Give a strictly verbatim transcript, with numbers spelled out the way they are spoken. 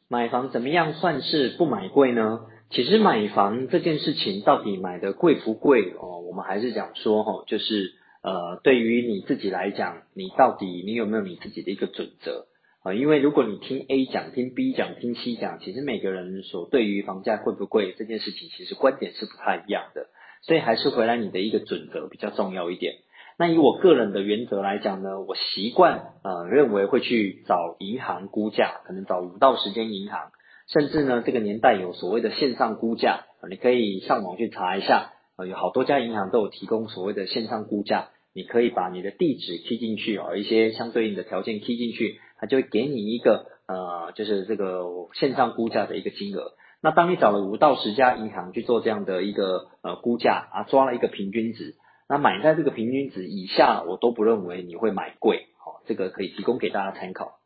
买房怎么样算是不买贵呢？其实买房这件事情到底买的贵不贵哦，我们还是讲说哈、哦，就是呃，对于你自己来讲，你到底你有没有你自己的一个准则啊、呃？因为如果你听 A 讲、听 B 讲、听 C 讲，其实每个人所对于房价贵不贵这件事情，其实观点是不太一样的，所以还是回来你的一个准则比较重要一点。那以我个人的原则来讲呢，我习惯呃认为会去找银行估价，可能找五到十间银行，甚至呢这个年代有所谓的线上估价，你可以上网去查一下，呃有好多家银行都有提供所谓的线上估价，你可以把你的地址 key 进去哦，一些相对应的条件 key 进去，它就会给你一个呃就是这个线上估价的一个金额。那当你找了五到十家银行去做这样的一个呃估价啊，抓了一个平均值。那买在这个平均值以下，我都不认为你会买贵，好、哦，这个可以提供给大家参考。